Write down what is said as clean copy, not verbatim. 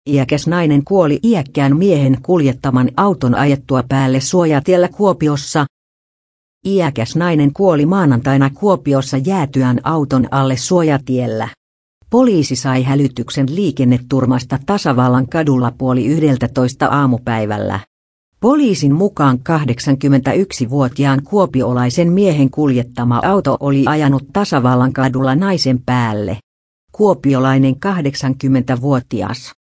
Iäkäs nainen kuoli iäkkään miehen kuljettaman auton ajettua päälle suojatiellä Kuopiossa. Iäkäs nainen kuoli maanantaina Kuopiossa jäätyään auton alle suojatiellä. Poliisi sai hälytyksen liikenneturmasta Tasavallan kadulla 10:30 aamupäivällä. Poliisin mukaan 81-vuotiaan kuopiolaisen miehen kuljettama auto oli ajanut Tasavallan kadulla naisen päälle. Kuopiolainen 80-vuotias